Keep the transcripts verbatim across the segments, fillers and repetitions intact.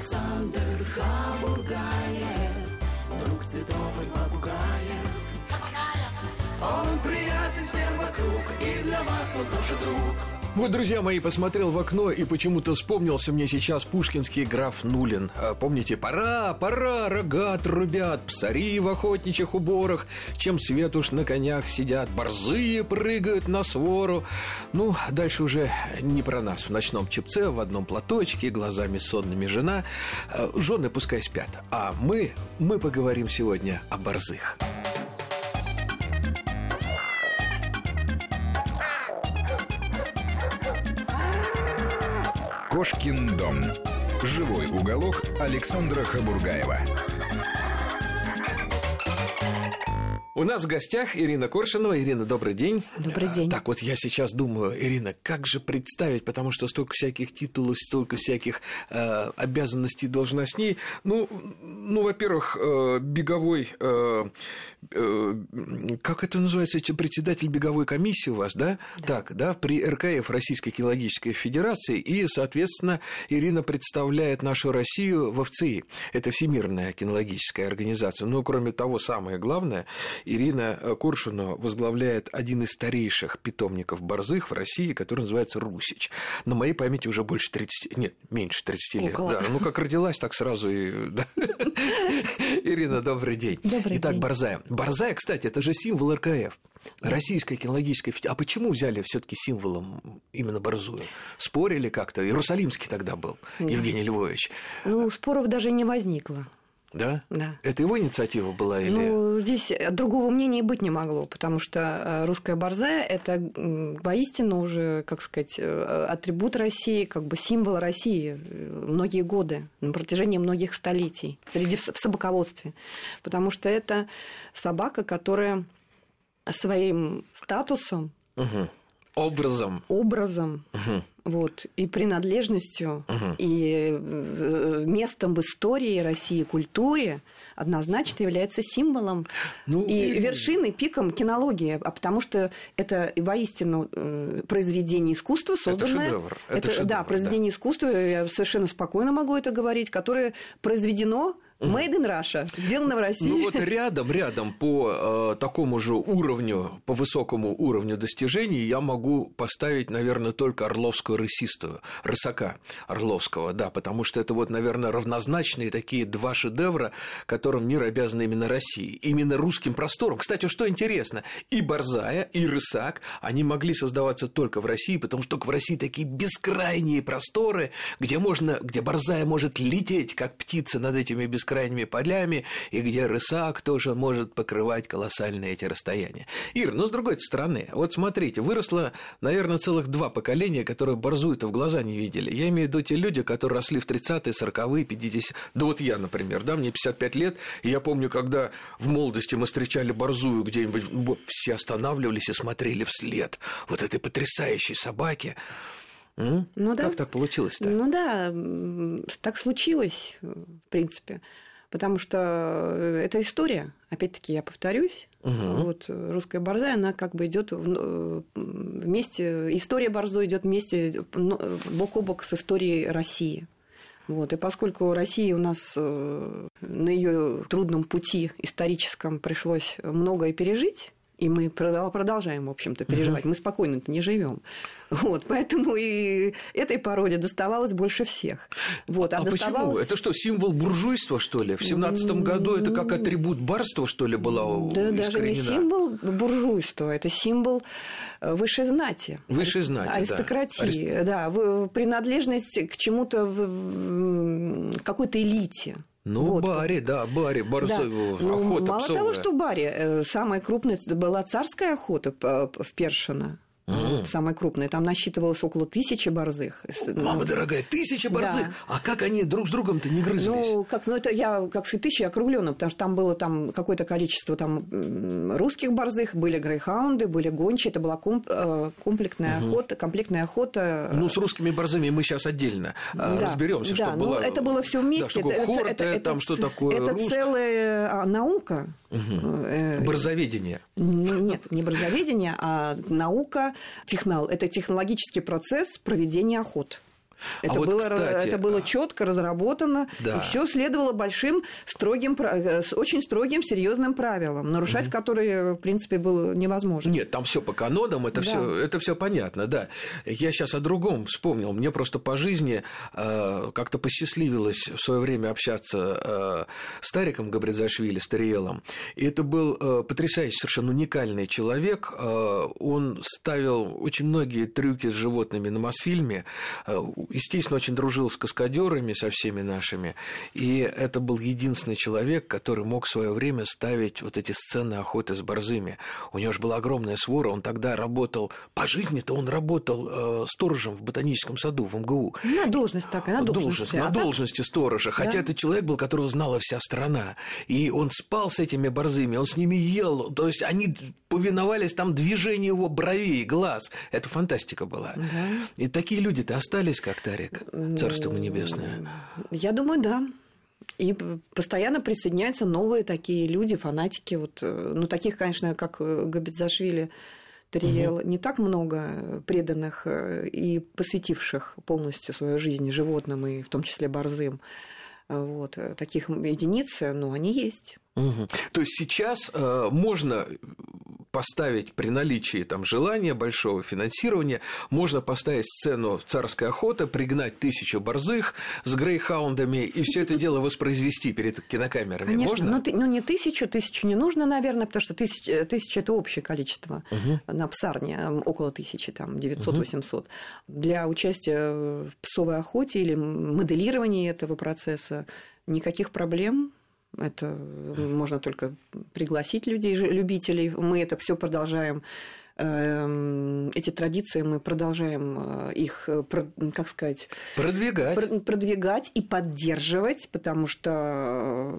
Александр Хабургаев, друг цветов и попугаев. Он приятен всем вокруг, и для вас он тоже друг. Вот, друзья мои, посмотрел в окно, и почему-то вспомнился мне сейчас пушкинский граф Нулин. Помните, пора, пора, рога трубят, псари в охотничьих уборах, чем свет уж на конях сидят, борзые прыгают на свору. Ну, дальше уже не про нас. В ночном чепце, в одном платочке, глазами сонными жена. Жены пускай спят, а мы, мы поговорим сегодня о борзых. Кошкин дом. Живой уголок Александра Хабургаева. У нас в гостях Ирина Коршунова. Ирина, добрый день. Добрый день. Так вот, я сейчас думаю, Ирина, как же представить, потому что столько всяких титулов, столько всяких э, обязанностей, должностей. Ну, ну, во-первых, э, беговой, э, э, как это называется, председатель беговой комиссии у вас, да? Да. Так, да, при эр ка эф, Российской кинологической федерации, и, соответственно, Ирина представляет нашу Россию в эф цэ и. Это Всемирная кинологическая организация. Ну, кроме того, самое главное, Ирина Коршунова возглавляет один из старейших питомников борзых в России, который называется «Русич». На моей памяти уже больше тридцати... Нет, меньше тридцати лет. Около. Да. Ну, как родилась, так сразу и... Ирина, добрый день. Добрый Итак, день. борзая. Борзая, кстати, это же символ эр ка эф. Российская кинологическая федерация. А почему взяли все-таки символом именно борзую? Спорили как-то? Иерусалимский тогда был, Евгений Львович. Ну, споров даже не возникло. Да? Да. Это его инициатива была или... Ну, здесь другого мнения быть не могло, потому что русская борзая – это воистину уже, как сказать, атрибут России, как бы символ России многие годы, на протяжении многих столетий, среди в собаководстве. Потому что это собака, которая своим статусом, Угу. Образом. образом, Угу. вот, и принадлежностью, Угу. и местом в истории России, культуре однозначно является символом Ну, и и... вершиной, пиком кинологии, а потому что это воистину произведение искусства, созданное... Это шедевр. Это это, шедевр, да, произведение да. искусства, я совершенно спокойно могу это говорить, которое произведено Made in Russia, сделано в России. Ну вот рядом, рядом по э, такому же уровню, по высокому уровню достижений я могу поставить, наверное, только Орловскую рысистую, рысака Орловского, да, потому что это вот, наверное, равнозначные такие два шедевра, которым мир обязан именно России, именно русским простором. Кстати, что интересно, и борзая, и рысак, они могли создаваться только в России, потому что только в России такие бескрайние просторы, где можно, где борзая может лететь, как птица над этими бескрайними крайними полями, и где рысак тоже может покрывать колоссальные эти расстояния. Ир, ну, с другой стороны, вот смотрите, выросло, наверное, целых два поколения, которые борзую-то в глаза не видели. Я имею в виду те люди, которые росли в тридцатые, сороковые, пятидесятые. Да вот я, например, да, мне пятьдесят пять лет, и я помню, когда в молодости мы встречали борзую где-нибудь, все останавливались и смотрели вслед вот этой потрясающей собаке. М? Ну, как да. так получилось-то? Ну да, так случилось, в принципе. Потому что это история, опять-таки, я повторюсь. Угу. Вот русская борзая, она как бы идет вместе, история борзой идет вместе бок о бок с историей России. Вот. И поскольку Россия у нас на ее трудном пути историческом пришлось многое пережить, и мы продолжаем, в общем-то, переживать. Uh-huh. Мы спокойно-то не живем. Вот, поэтому и этой породе доставалось больше всех. Вот, а а доставалось... почему? Это что, символ буржуйства, что ли? В семнадцатом году это как атрибут барства, что ли, была да, искоренена? Даже не символ буржуйства, это символ высшей знати. Высшей знати, аристократии, да. да, Арист... принадлежность к чему-то, в какой-то элите. Ну, вот. Бари, да, Бари, борзой, да. охота Мало псовая. того, что Бари, самая крупная была царская охота в Першино. Mm. Самая крупная. Там насчитывалось около тысячи борзых. Мама дорогая, тысяча борзых? Да. А как они друг с другом-то не грызлись? Ну, как, ну это я, как сказать, тысяча округлённо, потому что там было там какое-то количество там русских борзых, были грейхаунды, были гончие, это была комп, комплектная угу. охота, комплектная охота. Ну, с русскими борзыми мы сейчас отдельно да. разберемся, да, что ну, было... это было все вместе. Да, это, хорты, это, это, там это, что такое это рус... целая наука. Угу. Борзоведение. Нет, не борзоведение, а наука, технол... это технологический процесс проведения охот. Это, а вот, было, кстати, это было четко разработано, да. И все следовало большим, строгим, с очень строгим, серьезным правилам, нарушать угу. которые, в принципе, было невозможно. Нет, там все по канонам, это да. все, это все понятно, да. Я сейчас о другом вспомнил. Мне просто по жизни э, как-то посчастливилось в свое время общаться э, с Тариком Габридзашвили, с Тариелом. И это был э, потрясающий, совершенно уникальный человек. Э, он ставил очень многие трюки с животными на Мосфильме. Э, Естественно, очень дружил с каскадерами, со всеми нашими, и это был единственный человек, который мог в свое время ставить вот эти сцены охоты с борзыми. У него же была огромная свора, он тогда работал, по жизни-то он работал э, сторожем в ботаническом саду в эм гэ у. На должность такая, на должности. Должность, на а должности так? Сторожа, хотя да? это человек был, которого знала вся страна, и он спал с этими борзыми, он с ними ел, то есть они повиновались там движению его бровей, глаз, это фантастика была. Да. И такие люди-то остались, как Тарик, царство ему небесное. Я думаю, да. И постоянно присоединяются новые такие люди, фанатики. Вот, ну, таких, конечно, как Габридзашвили, Тариел, угу. не так много преданных и посвятивших полностью свою жизнь животным, и в том числе борзым. Вот. Таких единиц, но они есть. Угу. То есть сейчас э, можно поставить при наличии там, желания, большого финансирования, можно поставить сцену «Царская охота», пригнать тысячу борзых с грейхаундами и все это дело воспроизвести перед кинокамерами. Конечно, можно? Ну, ты, ну не тысячу, тысячу не нужно, наверное, потому что тысяча, тысяча – это общее количество. Угу. На Псарне около тысячи, там девятьсот-восемьсот. Угу. Для участия в псовой охоте или моделировании этого процесса никаких проблем. Это можно только пригласить людей, любителей. Мы это все продолжаем, эти традиции мы продолжаем их, как сказать, продвигать, продвигать и поддерживать, потому что,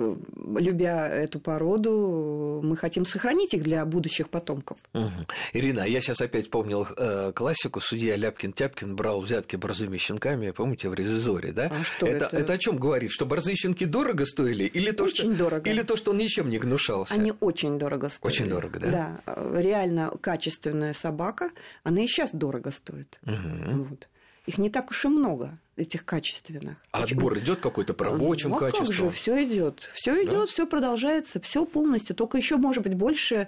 любя эту породу, мы хотим сохранить их для будущих потомков. Угу. Ирина, я сейчас опять вспомнил э, классику. Судья Ляпкин-Тяпкин брал взятки борзыми щенками, помните, в «Ревизоре», да? А что это, это? Это о чем говорит? Что борзые щенки дорого стоили? Или то, очень что, дорого. Или то, что он ничем не гнушался? Они очень дорого стоили. Очень дорого, да? Да, реально качественная собака, она и сейчас дорого стоит. Угу. Вот. Их не так уж и много, этих качественных. А отбор идет какой-то по рабочим ну, качествам? Как же, все идет, все идет, да? Все продолжается, все полностью. Только еще, может быть, больше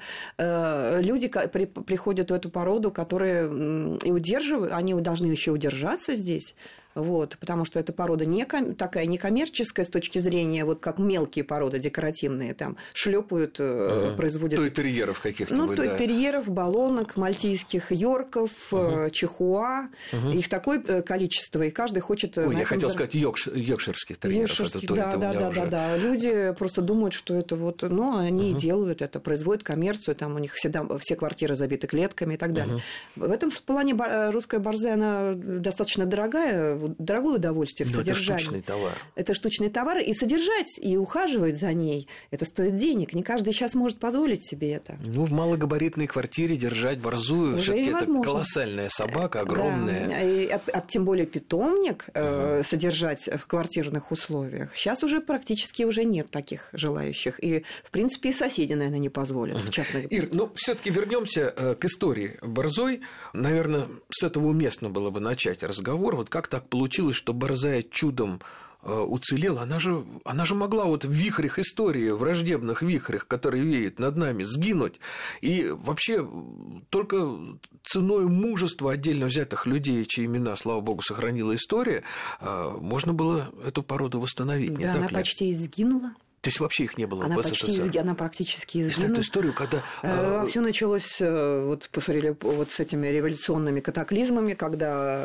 э, люди при, приходят в эту породу, которые э, и удерживают, они должны еще удержаться здесь. Вот, потому что эта порода не ком, такая некоммерческая с точки зрения, вот как мелкие породы декоративные, там шлепают, ага. производят. Той-терьеров каких-нибудь. Ну, той-терьеров, да. баллонок, мальтийских, йорков, ага. чихуа. Ага. Их такое количество, и каждый хочет. Ой, я хотел зар... сказать йоркш... йоркширских терьеров. Йоркширских, да, да, да, уже... да, да. Люди просто думают, что это вот, ну, они ага. и делают это, производят коммерцию, там у них всегда все квартиры забиты клетками и так далее. Ага. В этом плане русская борзая, она достаточно дорогая. Дорогое удовольствие в содержании. Это штучный товар. Это штучный товар. И содержать, и ухаживать за ней, это стоит денег. Не каждый сейчас может позволить себе это. Ну, в малогабаритной квартире держать борзую, все-таки это колоссальная собака, огромная. Да. И, а, а тем более питомник ага. э, содержать в квартирных условиях. Сейчас уже практически уже нет таких желающих. И, в принципе, и соседи, наверное, не позволят. Ага. В частных... Ир, ну, все-таки вернемся к истории борзой. Наверное, с этого уместно было бы начать разговор. Вот как так получилось, что борзая чудом уцелела? Она же, она же могла вот в вихрях истории, враждебных вихрях, которые веют над нами, сгинуть. И вообще только ценой мужества отдельно взятых людей, чьи имена, слава богу, сохранила история, можно было эту породу восстановить. Не да, так она ли? почти и сгинула. То есть вообще их не было она в СССР? Почти изги... Она практически изгинула. Эту историю, когда... Э, Все началось вот, посмотрели, вот с этими революционными катаклизмами, когда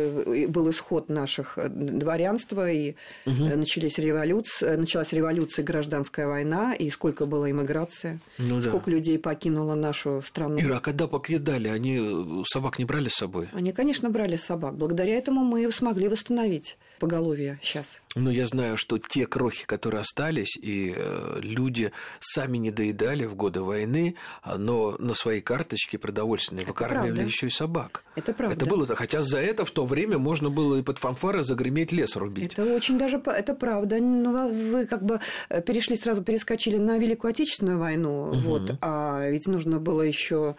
был исход наших дворянства, и угу. начались революции, началась революция, гражданская война, и сколько было эмиграции, ну, сколько да. людей покинуло нашу страну. Ира, а когда покидали, они собак не брали с собой? Они, конечно, брали собак. Благодаря этому мы смогли восстановить поголовье сейчас. Ну, я знаю, что те крохи, которые остались, и э, люди сами не доедали в годы войны, но на своей карточке продовольственной выкармливали еще и собак. Это правда. Это было так. Хотя за это в то время можно было и под фанфары загреметь, лес рубить. Это очень даже это правда. Но вы как бы перешли сразу, перескочили на Великую Отечественную войну, угу. вот, а ведь нужно было еще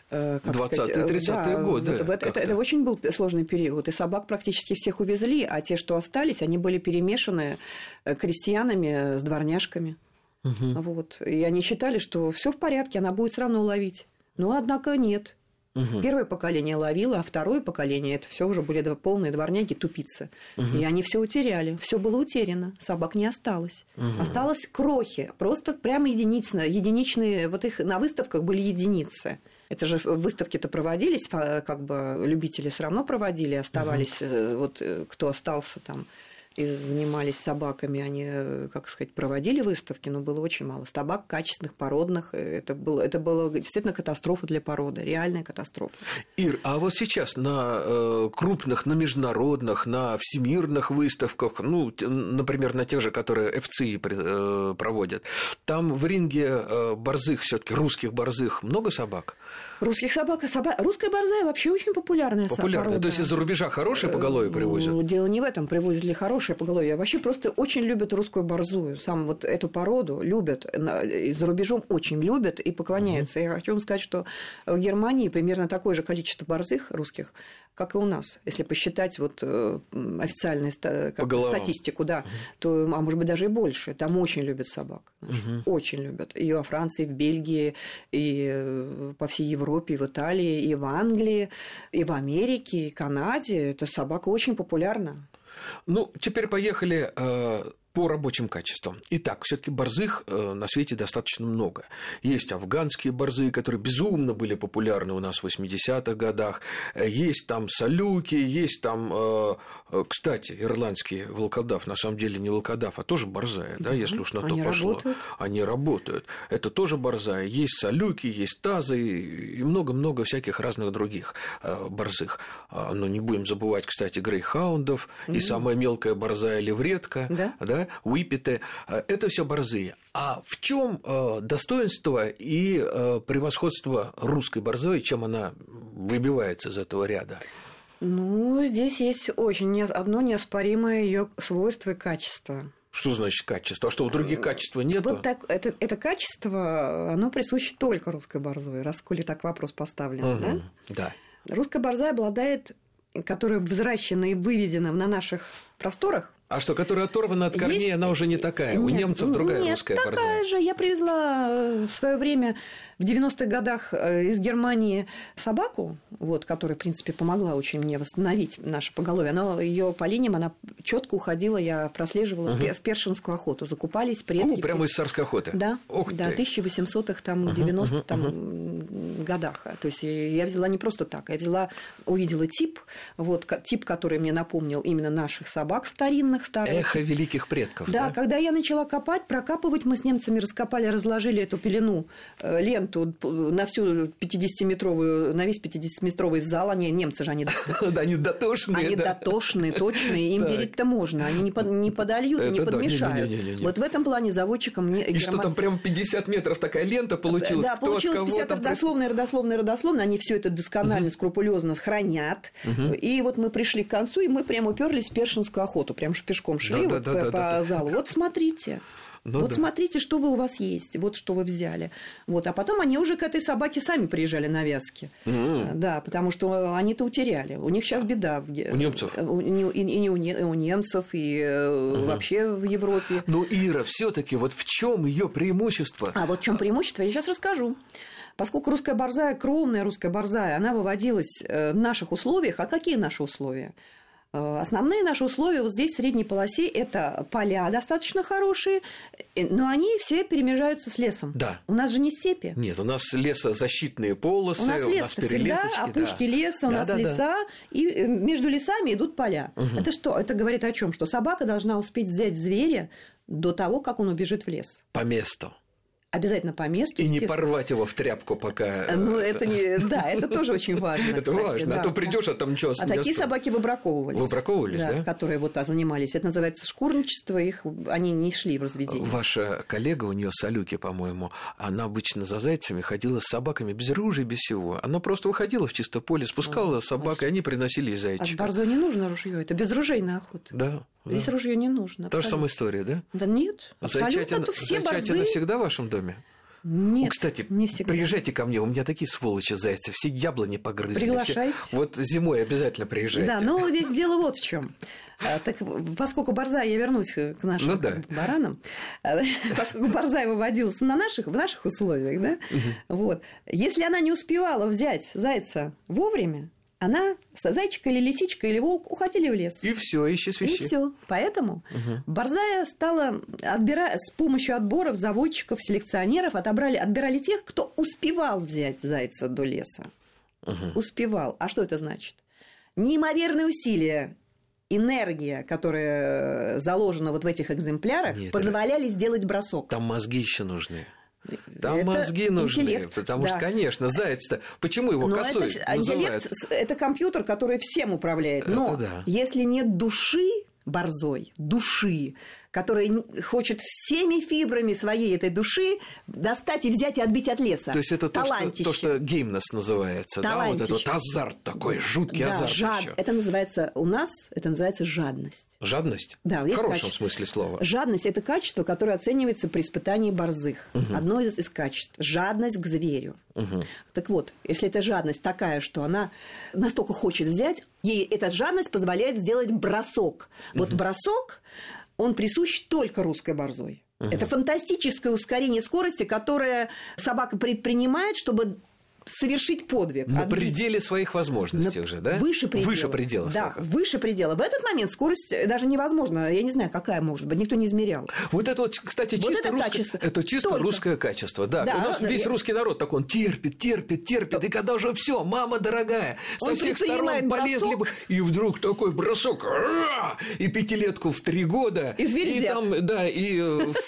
двадцатые-тридцатые да, годы. Вот, вот это, это очень был сложный период, и собак практически всех увезли, а те, что остались, они были перемешаны крестьянами с дворняжками. Угу. Вот. И они считали, что все в порядке, она будет все равно ловить. Но, однако, нет. Угу. Первое поколение ловило, а второе поколение это все уже были полные дворняги, тупицы. Угу. И они все утеряли. Все было утеряно. Собак не осталось. Угу. Осталось крохи. Просто прямо единично. Единичные. Вот их на выставках были единицы. Это же выставки-то проводились, как бы любители все равно проводили, оставались, угу. вот кто остался там и занимались собаками, они, как сказать, проводили выставки, но было очень мало собак качественных, породных. Это было, это было действительно катастрофа для породы, реальная катастрофа. Ир, а вот сейчас на э, крупных, на международных, на всемирных выставках, ну, например, на тех же, которые эф цэ и э, проводят, там в ринге э, борзых, все-таки русских борзых, много собак? Русских собак, собак... Русская борзая вообще очень популярная Популярная. порода. То есть из-за рубежа хорошие поголовье привозят? Дело не в этом, привозят ли хорошие поголовье. Вообще просто очень любят русскую борзую. Сам вот эту породу любят. И за рубежом очень любят и поклоняются. Mm-hmm. Я хочу вам сказать, что в Германии примерно такое же количество борзых русских, как и у нас. Если посчитать вот официальную статистику, да, mm-hmm. то, а может быть, даже и больше. Там очень любят собак. Mm-hmm. Очень любят. И во Франции, и в Бельгии, и по всей Европе. В Европе, и в Италии, и в Англии, и в Америке, и в Канаде. Эта собака очень популярна. Ну, теперь поехали э, по рабочим качествам. Итак, все-таки борзых э, на свете достаточно много. Есть афганские борзые, которые безумно были популярны у нас в восьмидесятых годах. Есть там салюки, есть там, э, кстати, ирландский волкодав, на самом деле не волкодав, а тоже борзая, да, если уж на то Они пошло. Работают. Они работают. Это тоже борзая. Есть салюки, есть тазы и много-много всяких разных других э, борзых. Но не будем забывать, кстати, грейхаундов mm-hmm. и самая мелкая борзая левретка, да? Да, уипеты. Это все борзые. А в чем э, достоинство и э, превосходство русской борзой, чем она выбивается из этого ряда? Ну, здесь есть очень одно неоспоримое ее свойство и качество. Что значит качество? А что, у других качества нет? Вот так, это, это качество, оно присуще только русской борзой, раз коли так вопрос поставлен. Угу, да? Да. Русская борзая обладает, которая взращена и выведена на наших просторах. А что, которая оторвана от корней, есть... она уже не такая? Нет, у немцев другая нет, русская такая борзая. же. Я привезла в свое время в девяностых годах из Германии собаку, вот, которая, в принципе, помогла очень мне восстановить наше поголовье. Она, ее по линиям она четко уходила, я прослеживала угу. в першинскую охоту. Закупались предки. Ну, прямо из царской охоты? Да, Ух да, ты. тысяча восьмисотых, там, девяностых там, угу. годах. То есть я взяла не просто так, я взяла, увидела тип, вот, тип, который мне напомнил именно наших собак старинных, старых. Эхо великих предков. Да, да, когда я начала копать, прокапывать, мы с немцами раскопали, разложили эту пелену, ленту на всю пятидесятиметровую, на весь пятидесятиметровый зал. Они, немцы же, они... Они дотошные. Они дотошные, точные, им верить-то можно. Они не подольют и не подмешают. Вот в этом плане заводчикам... И что там прям пятьдесят метров такая лента получилась? Да, получилось пятьдесят родословная, родословная, родословная. Они все это досконально, скрупулезно хранят. И вот мы пришли к концу, и мы прям уперлись в першинскую охоту, прям пешком шли вот по залу. Вот смотрите. Ну, вот да. смотрите, что вы у вас есть, вот что вы взяли. Вот. А потом они уже к этой собаке сами приезжали на вязки. Mm-hmm. Да, потому что они-то утеряли. У них сейчас беда. У немцев? И, и, и, и у немцев, и mm-hmm. вообще в Европе. Ну, Ира, все-таки вот в чем ее преимущество? А вот в чем преимущество, я сейчас расскажу. Поскольку русская борзая, кровная русская борзая, она выводилась в наших условиях. А какие наши условия? Основные наши условия вот здесь в средней полосе – это поля достаточно хорошие, но они все перемежаются с лесом. Да. У нас же не степи. Нет, у нас лесозащитные полосы, у нас, у нас перелесочки. Всегда опушки да. леса, у да, нас да, леса, да. и между лесами идут поля. Угу. Это что? Это говорит о чем? Что собака должна успеть взять зверя до того, как он убежит в лес. По месту. Обязательно по месту. И не порвать его в тряпку, пока... Ну, это не... Да, это тоже очень важно. Это важно, а то придешь, а там что? А такие собаки выбраковывались. Выбраковывались, да? Которые вот занимались. Это называется шкурничество, их они не шли в разведение. Ваша коллега, у нее салюки, по-моему, она обычно за зайцами ходила с собаками без ружья, без всего. Она просто выходила в чисто поле, спускала собак, и они приносили ей зайчика. А с борзой не нужно ружье, это безружейная охота. Да. Здесь ружье не нужно. Та же самая история, да? Да нет, абсолютно. Зайчатина, все зайчатина борзые... всегда в вашем доме? Нет, ну, кстати, не всегда. Приезжайте ко мне, у меня такие сволочи зайцы, все яблони погрызли. Приглашайте. Все... Вот зимой обязательно приезжайте. Да, но здесь дело вот в чем. Так, поскольку борзая, я вернусь к нашим ну, да. баранам, поскольку борзая выводилась на наших, в наших условиях, да, угу. вот, если она не успевала взять зайца вовремя, она, зайчика или лисичка или волк уходили в лес. И все, ищи свищи. И все. Поэтому угу. борзая стала отбирать с помощью отборов заводчиков, селекционеров, отобрали, отбирали тех, кто успевал взять зайца до леса. Угу. Успевал. А что это значит? Неимоверные усилия, энергия, которая заложена вот в этих экземплярах, Нет, позволяли это... сделать бросок. Там мозги еще нужны. Там это мозги нужны, интеллект, потому да. что, конечно, заяц-то... Почему его но косой это, называют? Интеллект – это компьютер, который всем управляет. Но да. если нет души борзой, души, которая хочет всеми фибрами своей этой души достать и взять и отбить от леса. То есть это то, что, то, что геймнес называется, да? Вот этот азарт такой, жуткий да, азарт жад... еще. Это называется у нас, это называется жадность. Жадность? Да, в хорошем качество. смысле слова. Жадность – это качество, которое оценивается при испытании борзых. Угу. Одно из, из качеств. Жадность к зверю. Угу. Так вот, если эта жадность такая, что она настолько хочет взять, ей эта жадность позволяет сделать бросок. Угу. Вот бросок, он присущ только русской борзой. Угу. Это фантастическое ускорение скорости, которое собака предпринимает, чтобы совершить подвиг. На отбить. пределе своих возможностей На... уже, да? Выше предела. Выше предела. Да, своих. Выше предела. В этот момент скорость даже невозможна. Я не знаю, какая может быть. Никто не измерял. Вот это вот, кстати, вот чисто, это русское, качество. это чисто Только. русское качество. Да, да, у нас да, весь я... русский народ такой, он терпит, терпит, терпит. И когда уже все, мама дорогая, со он всех сторон полезли бы. И вдруг такой бросок. И пятилетку в три года. И зверь И там, да, и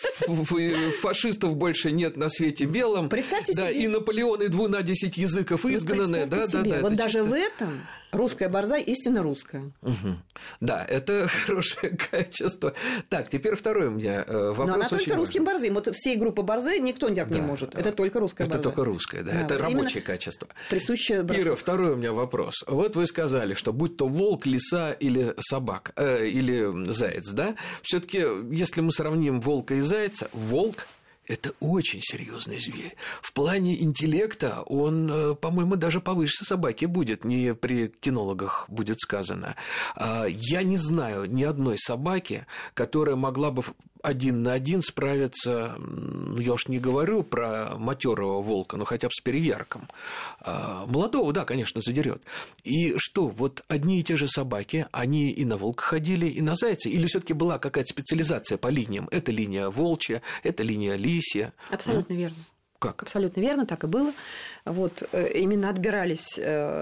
фашистов больше нет на свете белом. Представьте да, себе. И Наполеон, и двунадесятых языков изгнаны. Да, да, да, вот это даже чисто... в этом русская борзая истинно русская. Угу. Да, это хорошее качество. Так, теперь второй у меня вопрос. Но она только русским борзым. Вот всей группы борзой никто так да, не может. Это только русская это борзая. Это только русская, да. да это вот рабочее качество. Присущее бросок. Ира, второй у меня вопрос. Вот вы сказали, что будь то волк, лиса или собака, э, или заяц, да, все-таки, если мы сравним волка и зайца, волк это очень серьезный зверь. В плане интеллекта он, по-моему, даже повыше собаки будет, не при кинологах будет сказано. Я не знаю ни одной собаки, которая могла бы один на один справиться, ну, я уж не говорю про матерого волка, но хотя бы с переярком. Молодого, да, конечно, задерет. И что, вот одни и те же собаки, они и на волка ходили, и на зайца? Или все-таки была какая-то специализация по линиям? Это линия волчья, это линия лисья? Абсолютно верно. Как? Абсолютно верно, так и было. Вот, именно отбирались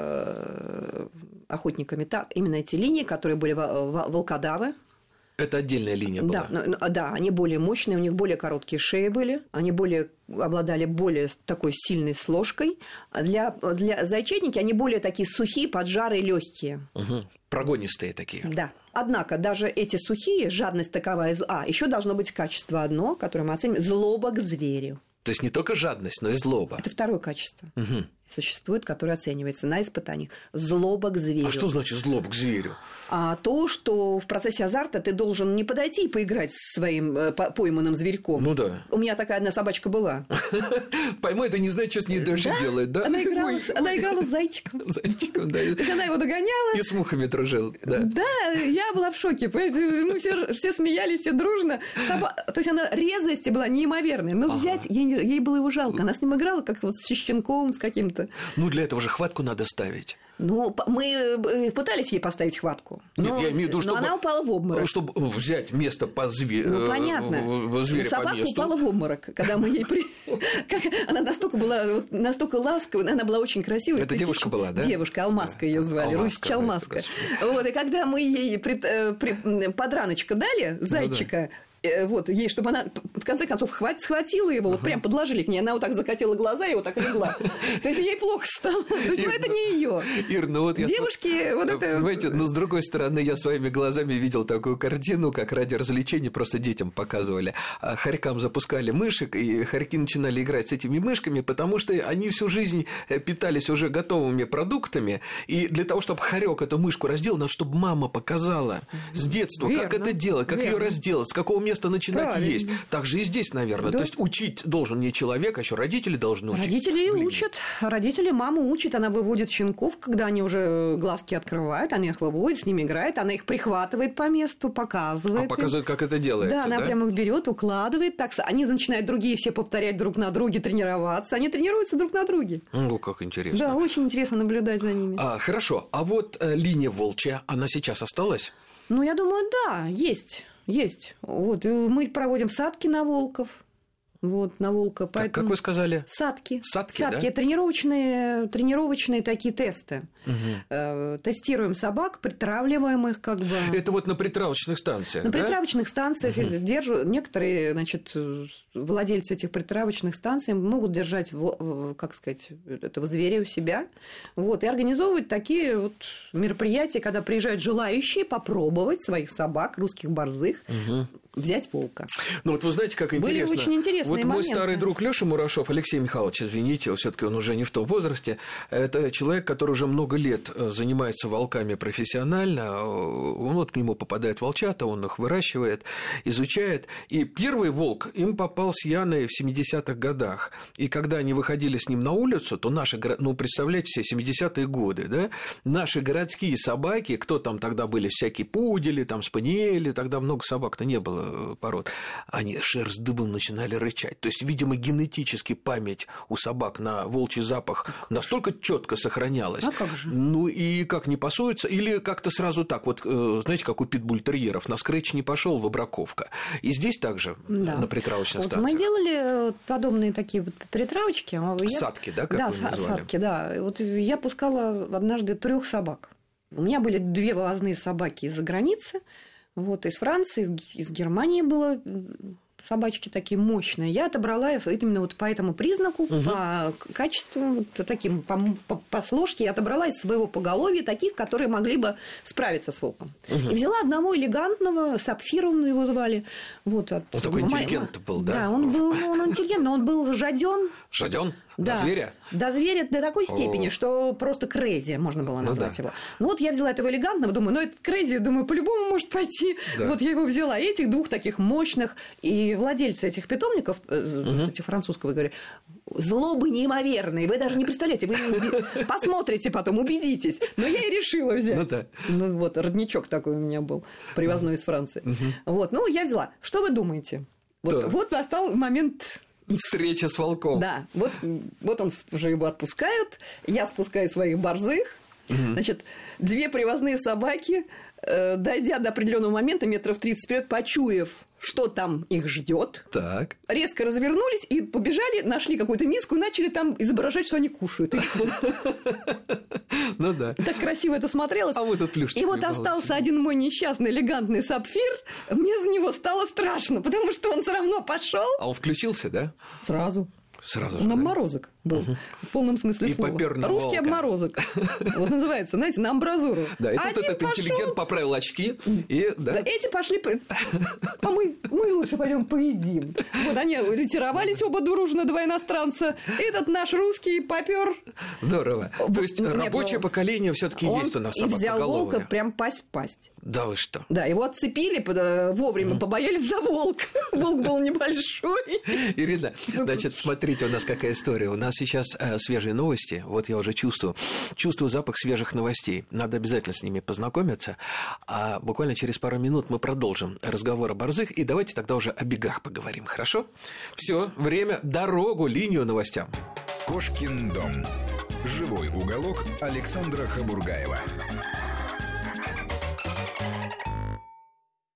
охотниками так, именно эти линии, которые были волкодавы. Это отдельная линия была? Да, да, они более мощные, у них более короткие шеи были, они более, обладали более такой сильной сложкой. Для, для зайчатники они более такие сухие, поджарые, легкие. Угу. Прогонистые такие. Да. Однако даже эти сухие, жадность таковая... А, еще должно быть качество одно, которое мы оценим, злоба к зверю. То есть не только жадность, но и злоба. Это второе качество. Угу. Существует, которое оценивается на испытаниях. Злоба к зверю. А что значит злоба к зверю? А то, что в процессе азарта ты должен не подойти и поиграть с своим пойманным зверьком. Ну да. У меня такая одна собачка была. Поймай, это не знает, что с ней дальше делать, да? Она играла с зайчиком. Зайчиком, да. То есть она его догоняла. И с мухами дружил. Да, я была в шоке. Мы все смеялись, все дружно. То есть она резвости была неимоверной. Но взять, ей было его жалко. Она с ним играла, как вот с щенком, с каким-то. Ну, для этого же хватку надо ставить. Ну, мы пытались ей поставить хватку. Нет, но, я имею в виду, чтобы... Но она упала в обморок. Чтобы взять место по зверю. Ну, понятно. Зверя ну, собака по месту. упала в обморок, когда мы ей... При... Она настолько была, настолько ласковая, она была очень красивая. Это девушка была, да? Девушка, Алмазка ее звали, Русича Алмазка. Вот, и когда мы ей подраночка дали, зайчика, вот, ей, чтобы она, в конце концов, хват, схватила его, вот прям подложили к ней, она вот так закатила глаза и вот так легла. То есть ей плохо стало. Ну, это не ее. Ир, ну вот я... Девушки, вот это... Понимаете, но с другой стороны, я своими глазами видел такую картину, как ради развлечения просто детям показывали. А хорькам запускали мышек, и хорьки начинали играть с этими мышками, потому что они всю жизнь питались уже готовыми продуктами, и для того, чтобы хорек эту мышку разделал, надо, чтобы мама показала с детства, Верно. как это делать, как ее разделать, с какого место начинать Правильно. есть. Так же и здесь, наверное. Да. То есть учить должен не человек, а еще родители должны учить. Родители и Блин. учат. Родители маму учат, она выводит щенков, когда они уже глазки открывают, она их выводит, с ними играет, она их прихватывает по месту, показывает. А показывает, как это делается, да? она да? прямо их берет, укладывает. Так, они начинают другие все повторять друг на друге, тренироваться. Они тренируются друг на друге. Ну, как интересно. Да, очень интересно наблюдать за ними. А, хорошо. А вот э, линия волчья, она сейчас осталась? Ну, я думаю, да, есть. Есть. Вот, и мы проводим садки на волков. Вот, на волка. Как, Поэтому... как вы сказали? Садки. Садки, Садки. да? Тренировочные, тренировочные такие тесты. Угу. Тестируем собак, притравливаем их как бы. Это вот на притравочных станциях, На да? притравочных станциях угу. держу. Некоторые, значит, владельцы этих притравочных станций могут держать, как сказать, этого зверя у себя. Вот, и организовывать такие вот мероприятия, когда приезжают желающие попробовать своих собак, русских борзых, угу. взять волка. Ну вот вы знаете, как интересно. Были очень интересные Вот мой моменты. старый друг Лёша Мурашов, Алексей Михайлович, извините, все-таки он уже не в том возрасте. Это человек, который уже много лет занимается волками профессионально. Он вот к нему попадает волчата, он их выращивает, изучает. И первый волк им попал с Яной в семидесятых годах. И когда они выходили с ним на улицу, то наши, ну, представляете себе, семидесятые годы, да, наши городские собаки, кто там тогда были, всякие пудели, там спаниели, тогда много собак-то не было пород, они шерсть дыбом начинали рычать. То есть, видимо, генетически память у собак на волчий запах настолько четко сохранялась. А как же? Ну и как не пасуется, или как-то сразу так, вот знаете, как у питбуль-терьеров, на скретч не пошел, выбраковка. И здесь также да. на притравочных вот станциях. Мы делали подобные такие вот притравочки. Садки, да, как да, вы назвали? Садки, да. Вот я пускала однажды трех собак. У меня были две вывозные собаки из-за границы. Вот, из Франции, из Германии было собачки такие мощные. Я отобрала именно вот по этому признаку, угу. по качеству, вот таким, по, по, по сложке, я отобрала из своего поголовья таких, которые могли бы справиться с волком. Угу. И взяла одного элегантного, Сапфиром его звали. Вот, от... Он такой интеллигент был, да? Да, он был ну, он интеллигентный, он был жаден. Жаден? Да. До зверя? До зверя до такой степени, О. что просто крейзи можно было назвать ну, да. его. Ну вот я взяла этого элегантного, думаю, ну это крейзи, думаю, по-любому может пойти. Да. Вот я его взяла. И этих двух таких мощных, и владельцы этих питомников, угу. этих французского, говорю, злобы неимоверные. Вы даже не представляете, вы посмотрите потом, убедитесь. Но я и решила взять. Ну, да. Ну, вот, родничок такой у меня был, привозной из Франции. Угу. Вот, ну, я взяла. Что вы думаете? Вот, да. вот настал момент... Встреча с волком. Да, вот, вот он уже его отпускают, я спускаю своих борзых, угу. значит, две привозные собаки, э, дойдя до определенного момента, метров тридцать вперед, почуяв, что там их ждет, так. резко развернулись и побежали, нашли какую-то миску и начали там изображать, что они кушают. Ну да. Так красиво это смотрелось. А вот тут плюшечка. И вот остался один мой несчастный элегантный Сапфир. Мне за него стало страшно, потому что он все равно пошел. А он включился, да? Сразу. Сразу же, он да? обморозок был, угу. в полном смысле и слова. Попёр на Русский волка. Обморозок. Вот называется, знаете, на амбразуру. Да, и тут Один этот пошёл... интеллигент поправил очки. И, да. Да, эти пошли... А мы, мы лучше пойдем поедим. Вот они ретировались оба дружно, два иностранца. Этот наш русский попёр. Здорово. То есть Нет, рабочее ну, поколение все-таки есть у нас собак. И взял волка прям пасть-пасть. Да вы что? Да, его отцепили вовремя, mm. побоялись за волка. Волк был небольшой. Ирина, значит, смотрите, у нас какая история. У нас сейчас э, свежие новости. Вот я уже чувствую. Чувствую запах свежих новостей. Надо обязательно с ними познакомиться. А буквально через пару минут мы продолжим разговор о борзых. И давайте тогда уже о бегах поговорим. Хорошо? Все, время, дорогу, линию новостям. Кошкин дом. Живой уголок Александра Хабургаева.